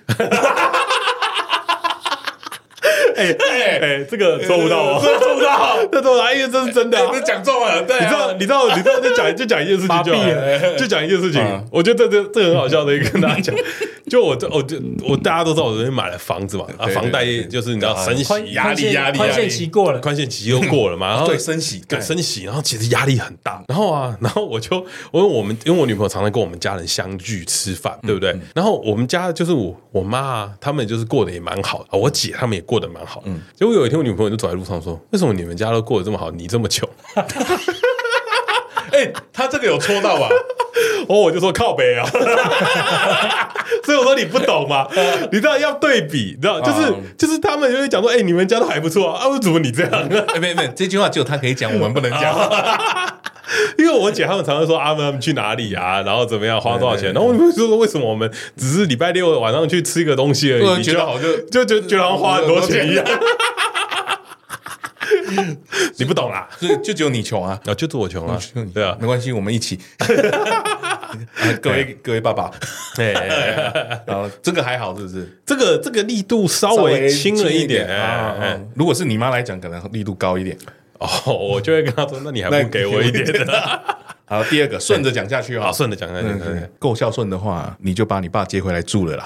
哎哎哎，这个抽不到哦， 这抽不到， 这抽不到，因为这是真的， 这讲中了。对， 你知道，你知道，你知道，就讲就讲一件事情就好，就讲一件事情。我觉得这这这很好笑的，跟大家讲。就我这我就我大家都知道，我昨天买了房子嘛，啊，房贷就是你知道升息压力压力， 宽限期过了， 宽限期又过了嘛，然后对升息对升息，然后其实压力很大。然后啊，然后我就因为我们因为我女朋友常常跟我们家人相聚吃饭，对不对？然后我们家就是我我妈啊，他们就是过得也蛮好的，我姐他们也过得蛮好。嗯，结果有一天我女朋友就走在路上说：“为什么你们家都过得这么好，你这么穷？” 哎，他这个有戳到吧？ 哦，我就说靠北啊，所以我说你不懂嘛，你知道要对比，你知道就是就是他们就会讲说，哎，你们家都还不错啊，为什么你这样？ 哎，没没，这句话只有他可以讲，我们不能讲。 因为我姐他们常常说啊，他们去哪里啊，然后怎么样花多少钱，然后我就说为什么我们只是礼拜六晚上去吃一个东西而已， 你觉得好就就就觉得好像花很多钱一样。你不懂啦， 所以就只有你穷啊， 啊，就是我穷啊， 对啊，没关系，我们一起。 各位各位爸爸， 哎， 然后这个还好，是不是？ 这个这个力度稍微轻了一点啊。如果是你妈来讲，可能力度高一点。 哦，我就会跟她说，那你还不给我一点的？ 好，第二个顺着讲下去啊， 顺着讲下去， 够孝顺的话，你就把你爸接回来住了啦。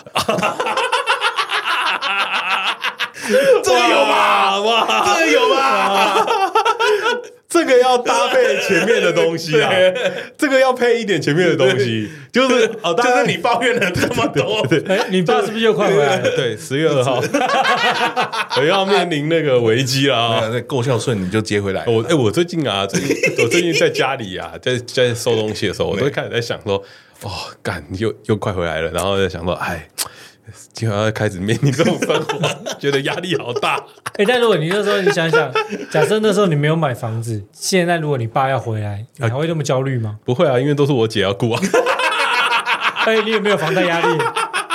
这个有吧？哇，这个有吧？ 这个要搭配前面的东西啊，这个要配一点前面的东西，就是哦， 就是你抱怨了这么多， 哎，你爸是不是又快回来了？ 对，十月二号，我要面临那个危机了。 那够孝顺你就接回来。 我哎，我最近啊，最近我最近在家里啊，在在收东西的时候，我都会开始在想说，哦，干又又快回来了，然后在想说，哎。就要开始面临这种生活，觉得压力好大。 哎、欸，但如果你那时候你想想，假设那时候你没有买房子，现在如果你爸要回来，你还会那么焦虑吗？ 不会啊，因为都是我姐要顾啊。 哎、欸，你有没有房贷压力？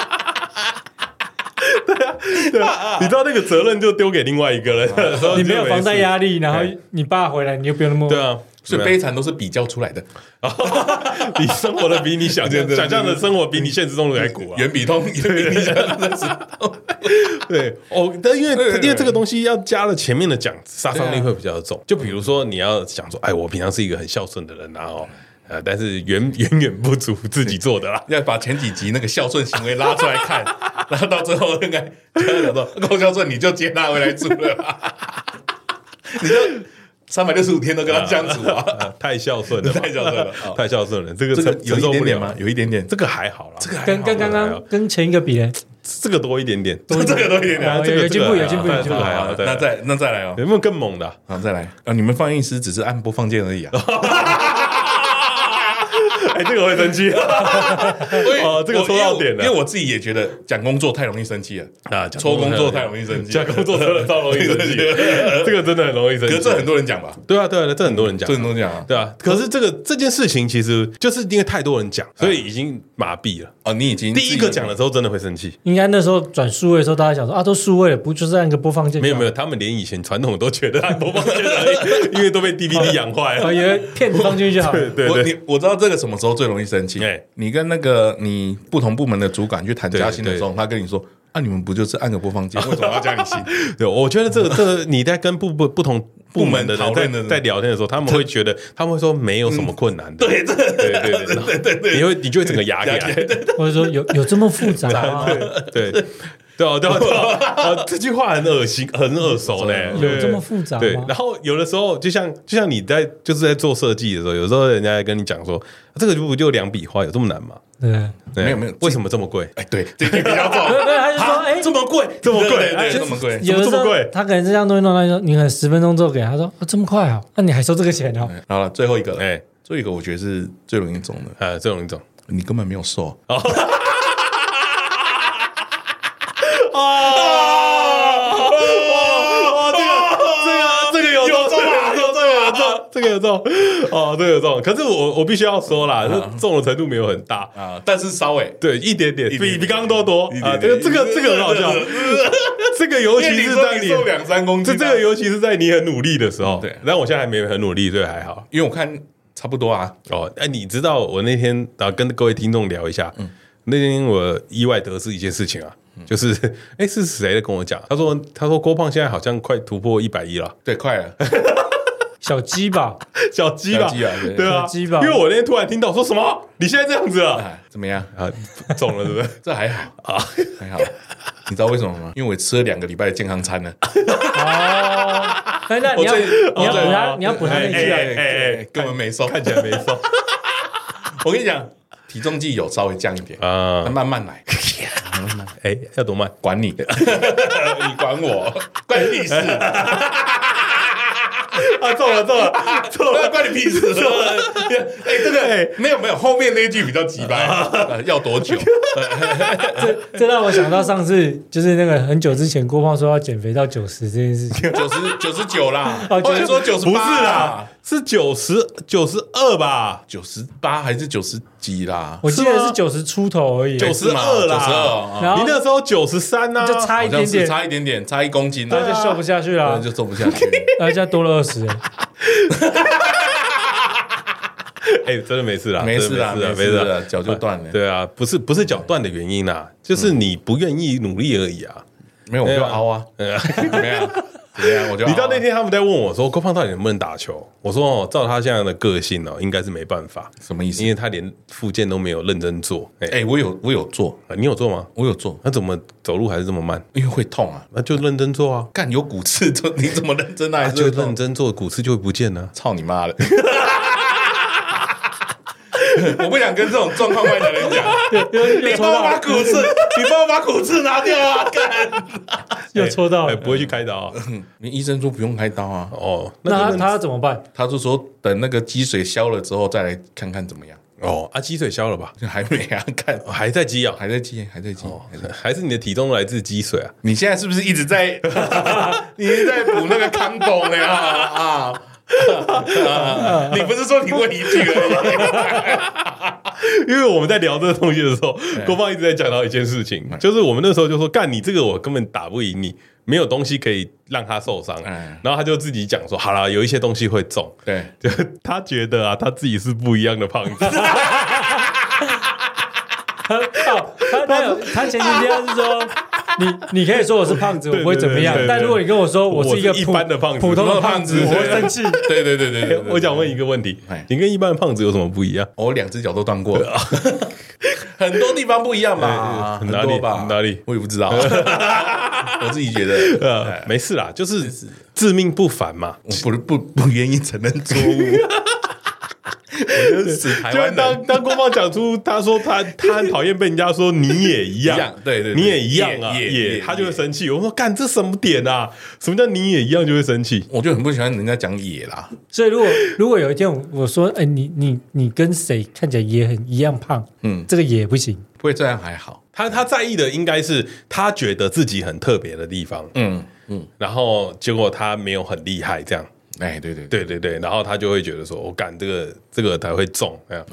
对啊，对啊，你知道那个责任就丢给另外一个人， 你没有房贷压力，然后你爸回来，你就不用那么对啊。 所以悲惨都是比较出来的， 你生活的比你想象想象的生活比你现实中的还苦啊， 远比通，远比你想象的苦。 对哦，但因为因为这个东西要加了前面的讲，杀伤力会比较重。就比如说你要想说，哎，我平常是一个很孝顺的人啊，哦，呃，但是远远远不足自己做的啦。 要把前几集那个孝顺行为拉出来看，然后到最后应该跟他讲说，够孝顺你就接纳回来住了，你就。三百六十五天都跟他相处啊， 太孝顺了， 太孝顺了， 太孝顺了。这个有一点点吗？有一点点， 这个还好啦。 这个跟跟刚刚跟前一个比呢， 这个多一点点， 这个多一点点， 有进步，有进步，有进步。 还好，那再那再来哦， 有没有更猛的？ 好，再来啊！你们放映师只是按播放键而已啊。 哎，这个会生气哦，这个戳到点了， 因为我自己也觉得讲工作太容易生气了啊， 抽工作太容易生气， 讲工作真的超容易生气，这个真的很容易生气。 可是这很多人讲吧？ 对啊，对啊，这很多人讲， 这很多人讲啊， 对啊。可是这个这件事情其实就是因为太多人讲，所以已经麻痹了。 哦，你已经第一个讲的时候真的会生气。 应该那时候转数位的时候，大家想说啊，都数位了，不就是按个播放键？ 没有没有，他们连以前传统都觉得按播放键而已，因为都被 D V D 养坏了， 以为片子放进去就好。 对对对， 我知道这个什么时候最容易生气。你跟那个你不同部门的主管去谈加薪的时候，他跟你说啊，你们不就是按个播放键，为什么要加你薪？ 对，我觉得这个这个你在跟不不不同部门的人在在聊天的时候，他们会觉得他们会说没有什么困难的， 对对对对对对对，你会你就会整个压起来， 或者说有有这么复杂吗？ 对对。对啊，对啊，对啊，这句话很恶心，很耳熟呢。 有这么复杂吗？ 对，然后有的时候，就像就像你在就是在做设计的时候，有时候人家在跟你讲说，这个不就两笔画，有这么难吗？ 对， 没有没有， 为什么这么贵？ 哎，对，这个比较重。 对，他就说，哎， 这么贵， 这么贵， 对，这么贵， 怎么这么贵？ 他可能这样东西弄到说，你可能十分钟之后给他说，这么快啊？那你还收这个钱哦？ 好了，最后一个，哎，最后一个我觉得是最容易中的， 啊，最容易中， 你根本没有瘦。 哦，哇，这个这个这个有中，这个有中，这个有中，哦，这个有中。可是我我必须要说啦，中的程度没有很大啊，但是稍微对一点点，比比刚刚多多啊。这个这个这个很好笑，这个尤其是在你瘦两三公斤， 这这个尤其是在你很努力的时候。 对， 但我现在还没很努力，所以还好。 因为我看差不多啊。 哦，哎，你知道我那天啊跟各位听众聊一下，那天我意外得知一件事情啊。就是，哎，是谁在跟我讲？他说，他说郭胖现在好像快突破一百一了， 对，快了， 小鸡吧， 小鸡吧，对啊， 鸡吧。 因为我那天突然听到说什么，你现在这样子了， 怎么样啊？中了，对不对？ 这还好啊，还好。你知道为什么吗？因为我吃了两个礼拜的健康餐了。 哦，那你要你要补他，你要补他那句啊， 哎，根本没瘦， 看起来没瘦。 我跟你讲，体重计有稍微降一点啊，慢慢来。 哎，要多慢？ 管你，你管我，关你屁事！ 啊，中了，中了，中了， 关你屁事！中了！哎，这个哎，没有没有，后面那一句比较急掰，要多久？ 这这让我想到上次，就是那个很久之前，郭胖说要减肥到九十这件事情， 九十九十九啦，后来说九十不是啦，是九十九十二吧？ 九十八还是九十几啦？ 我记得是九十出头而已， 九十二啦，九十二。你那时候九十三呐， 就差一点点， 差一点点，差一公斤， 那就瘦不下去了， 就瘦不下去， 那现在多了二十。 哎、欸，真的没事啦， 没事啦， 没事啦，脚就断了。 对啊，不是不是脚断的原因啦，就是你不愿意努力而已啊。 没有，我就凹啊，没有，怎么样？我就你知道那天他们在问我说，郭胖到底能不能打球？我说哦，照他现在的个性哦，应该是没办法。 什么意思？ 因为他连复健都没有认真做。 哎、欸欸，我有我有做、 啊，你有做吗？ 我有做。 那怎么走路还是这么慢？ 因为会痛啊。 那就认真做啊。 干有骨刺，你怎么认真啊？ 就认真做，骨刺就会不见了。 操你妈的！我不想跟这种状况外的人讲。你帮我把骨刺，你帮我把骨刺拿掉啊！干， 又戳到了， 不会去开刀啊？ 你医生说不用开刀啊。 哦， 那他他怎么办？ 他就说等那个积水消了之后再来看看怎么样。 哦啊，积水消了吧？ 还没啊，看还在积啊， 还在积，还在积， 还是你的体重来自积水啊？ 你现在是不是一直在，你一直在补那个康崩呢？啊！你不是说你问一句而已，因为我们在聊这个东西的时候，郭胖一直在讲到一件事情，就是我们那时候就说，干你这个我根本打不赢你，没有东西可以让他受伤，然后他就自己讲说，好啦，有一些东西会中， 对， 就他觉得啊，他自己是不一样的胖子。 他他有他前几天是说，你你可以说我是胖子，我不会怎么样。但如果你跟我说我是一个一般的胖子， 普通的胖子，我会生气。 对对对对对， 我想问一个问题，你跟一般的胖子有什么不一样？ 我两只脚都断过了，很多地方不一样吧？很多吧？ 哪里？ 我也不知道。我自己觉得呃没事啦，就是自命不凡嘛。 我不不不愿意承认错误。我就是死台湾人。 当当郭胖讲出他说他他很讨厌被人家说你也一样， 对对， 你也一样啊，也他就会生气。我说干这什么点啊？什么叫你也一样就会生气？ 我就很不喜欢人家讲也啦。 所以如果如果有一天我说，哎，你你你跟谁看起来也很一样胖，嗯，这个也不行。 不会这样还好。 他他在意的应该是他觉得自己很特别的地方，嗯嗯，然后结果他没有很厉害这样。 哎，对对对对对，然后他就会觉得说，我、哦、干这个这个才会中，哎，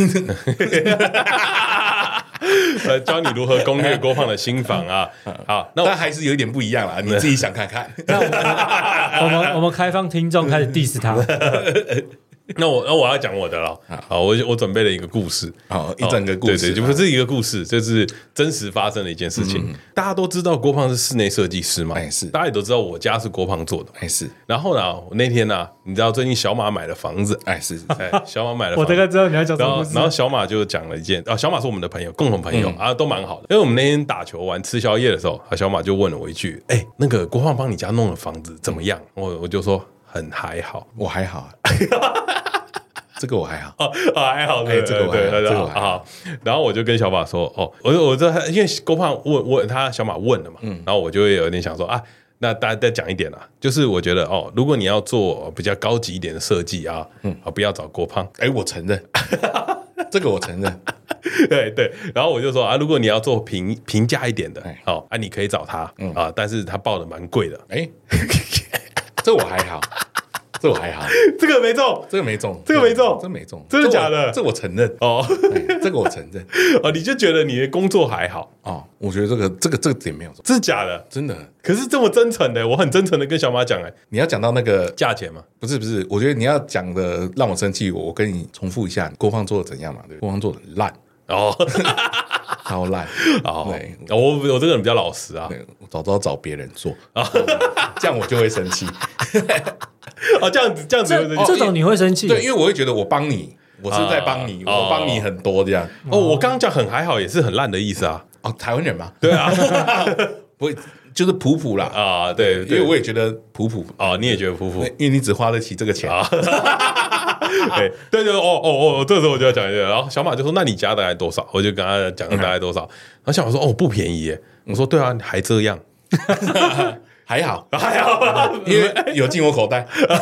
呃，教你如何攻略郭胖的心房啊。好，那但还是有一点不一样啦，你自己想看看。 那我们我们我们开放听众开始 diss 他。 那我那我要讲我的了，好，我我准备了一个故事， 好，一整个故事， 对对，就不是一个故事，就是真实发生的一件事情。大家都知道郭胖是室内设计师嘛， 哎是， 大家也都知道我家是郭胖做的， 哎是。 然后呢，我那天呢，你知道最近小马买了房子， 哎是， 哎小马买了， 我大概知道你要讲什么故事。 然后小马就讲了一件啊，小马是我们的朋友，共同朋友啊，都蛮好的。因为我们那天打球完吃宵夜的时候，啊，小马就问了我一句，哎，那个郭胖帮你家弄的房子怎么样？我我就说很还好， 我还好。这个我还好， 哦，还好， 哎，这个我还好，这个我还好。然后我就跟小马说，哦，我我这因为郭胖问问他小马问了嘛，嗯，然后我就会有点想说啊，那大家再讲一点啦，就是我觉得哦，如果你要做比较高级一点的设计啊，嗯，啊，不要找郭胖， 哎，我承认，这个我承认， 对对。然后我就说啊，如果你要做平平价一点的，好啊，你可以找他，嗯啊，但是他报的蛮贵的， 哎，这我还好。这我还好， 这个没中， 这个没中， 这个没中， 这没中， 真的假的？ 这我承认哦， 这个我承认哦，你就觉得你的工作还好哦？我觉得这个这个这个点没有中， 真的假的？ 真的。 可是这么真诚的，我很真诚的跟小马讲，哎， 你要讲到那个价钱吗？ 不是不是，我觉得你要讲的让我生气，我跟你重复一下，郭胖做的怎样嘛？对，郭胖做的烂哦。超烂哦！对，我我这个人比较老实啊， 我早知道找别人做啊，这样我就会生气。 哦，这样子这样子会生气， 这种你会生气？ 对，因为我会觉得我帮你，我是在帮你，我帮你很多这样。 哦，我刚刚讲很还好，也是很烂的意思啊。 哦，台湾人嘛， 对啊， 不会就是普普啦啊，对， 因为我也觉得普普哦，你也觉得普普， 因为你只花得起这个钱啊。 对对对，哦哦哦，这时候我就要讲一下，然后小马就说：“那你家大概多少？”我就跟他讲了大概多少，然后小马说：“哦，不便宜耶。”我说：“对啊，还这样， 还好还好， 因为有进我口袋。”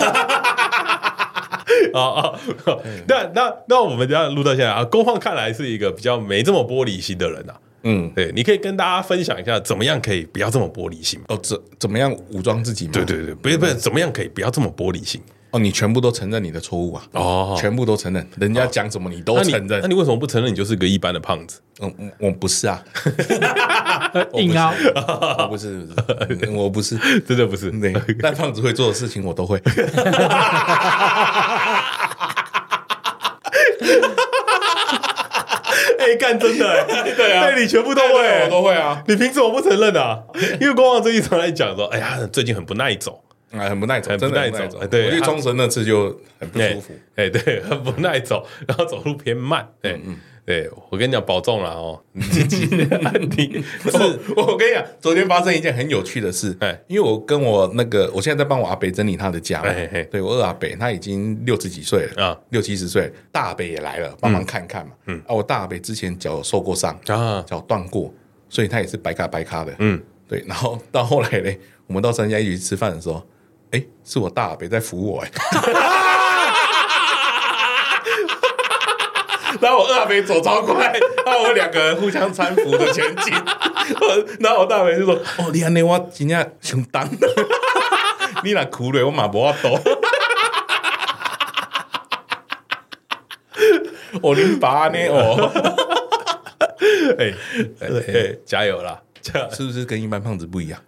啊啊！那那那我们这样录到现在啊，郭胖看来是一个比较没这么玻璃心的人啊。嗯，对，你可以跟大家分享一下，怎么样可以不要这么玻璃心？ 哦，怎怎么样武装自己吗？ 对对对，不是不是，怎么样可以不要这么玻璃心？ 哦，你全部都承认你的错误啊！哦，全部都承认，人家讲什么你都承认。 那你为什么不承认你就是个一般的胖子？ 嗯，我不是啊， 硬凹， 我不是，我不是， 真的不是。 对，但胖子会做的事情我都会。 哎，干真的哎， 对啊， 对你全部都对会， 我都会啊。 你凭什么不承认啊？因为光王最近常来讲说，哎呀，最近很不耐走。 啊，很不耐走， 很不真的耐走很不耐走。 对我去冲绳那次就很不舒服。 哎，对，很不耐走，然后走路偏慢。对，对我跟你讲，保重了哦。你自己，你不是我跟你讲，昨天发生一件很有趣的事。 哎， 因为我跟我那个，我现在在帮我阿北整理他的家嘛。 哎哎， 对我二阿北，他已经六十几岁了啊，六七十岁。大阿北也来了，帮忙看看嘛。嗯，啊，我大阿北之前脚受过伤啊，脚断过，所以他也是白卡白卡的。嗯，对。然后到后来嘞，我们到三家一起去吃饭的时候。哎，是我大阿北在扶我哎，然后我二阿北走超快，然后我们两个人互相搀扶着前进，然后我大阿北就说：“哦，你安尼我真正伤重，你若哭了我嘛无法度。”哦，你爸呢？哦， 哎哎，加油啦！ 是不是跟一般胖子不一样？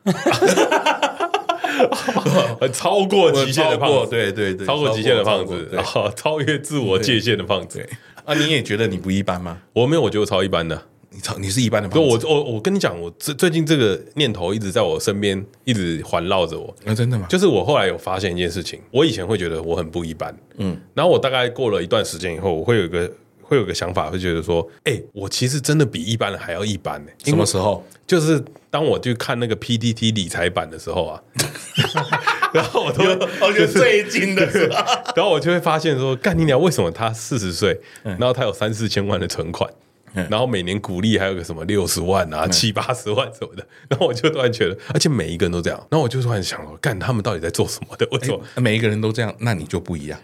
超过极限的胖子， 对对对， 超过极限的胖子，超越自我界限的胖子。 啊，你也觉得你不一般吗？ 我没有，我觉得我超一般的。 你超你是一般的胖子。 我我我跟你讲，我最最近这个念头一直在我身边，一直环绕着我。 啊，真的吗？ 就是我后来有发现一件事情，我以前会觉得我很不一般，嗯，然后我大概过了一段时间以后，我会有一个。会有个想法，会觉得说，哎、欸，我其实真的比一般人还要一般呢、欸。 什么时候？ 就是当我去看那个 P T T 理财版的时候啊，然后我都我觉得最惊的是， 然后我就会发现说，干你娘，为什么他四十岁，然后他有三四千万的存款，然后每年股利还有个什么六十万啊、七八十万什么的，然后我就突然觉得，而且每一个人都这样，然后我就突然想说，干他们到底在做什么的？为什么、 欸、每一个人都这样？那你就不一样。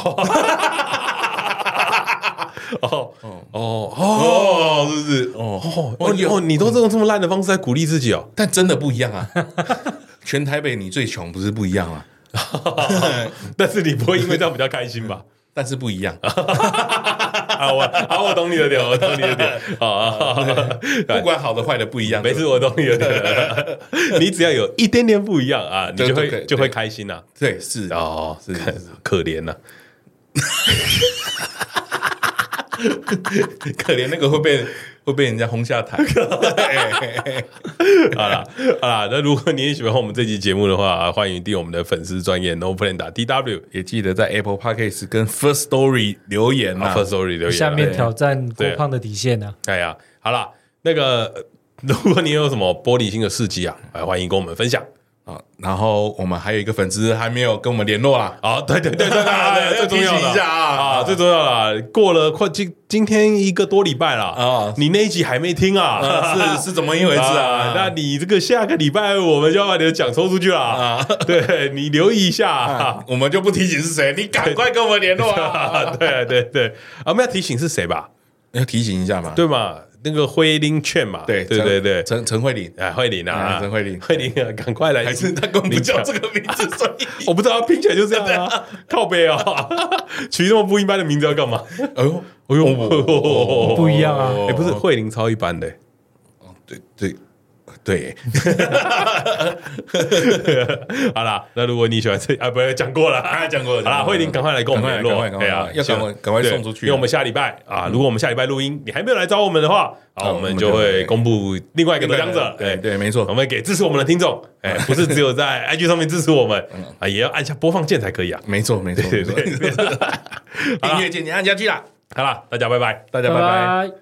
哦哦哦哦，是不是？哦哦哦，你都用这么烂的方式在鼓励自己哦， 但真的不一样啊！全台北你最穷不是不一样吗？ 但是你不会因为这样比较开心吧？ 但是不一样啊！我啊，我懂你的点，我懂你的点啊！ 不管好的坏的不一样， 没事，我懂你的点。你只要有一点点不一样啊，你就会就会开心呐。 对，是哦，是可怜呐。 可怜那个会被会被人家轰下台。 好啦好啦，那如果你也喜欢我们这期节目的话，欢迎订我们的粉丝专页 No Plan 打 T W， 也记得在 Apple Podcast 跟 First Story 留言啊 ，First Story 留言， 下面挑战郭胖的底线呢。 哎呀，好啦，那个如果你有什么玻璃心的事迹啊，欢迎跟我们分享。 啊，然后我们还有一个粉丝还没有跟我们联络啦。 啊，对对对对对，最重要的一下啊， 啊，最重要了，过了快今今天一个多礼拜了啊，你那一集还没听啊？ 是是怎么一回事啊？ 那你这个下个礼拜我们就要把你的奖抽出去了啊！对你留意一下， 我们就不提醒是谁，你赶快跟我们联络啊！ 对对对，啊，我们要提醒是谁吧？ 要提醒一下嘛， 对嘛？那个慧玲劝嘛， 对对对对， 陈陈慧玲， 哎，慧玲啊， 陈慧玲， 慧玲啊，赶快来！ 还是他根本不叫这个名字，所以我不知道，拼起来就这样啊，靠背啊，取这么不一般的名字要干嘛？哎呦，哎呦， 不一样啊！ 哎，不是慧玲超一般的， 哦，对对。对， 好啦，那如果你喜欢这啊，不是讲过了， 讲过了， 好啦，慧玲赶快来跟我们联络， 对啊，要赶快赶快送出去， 因为我们下礼拜啊，如果我们下礼拜录音，你还没有来找我们的话，啊，我们就会公布另外一个得奖者， 对对，没错， 我们给支持我们的听众，哎，不是只有在 I G 上面支持我们啊，也要按下播放键才可以啊， 没错没错，对对，订阅键你按下去啦， 好啦，大家拜拜， 大家拜拜。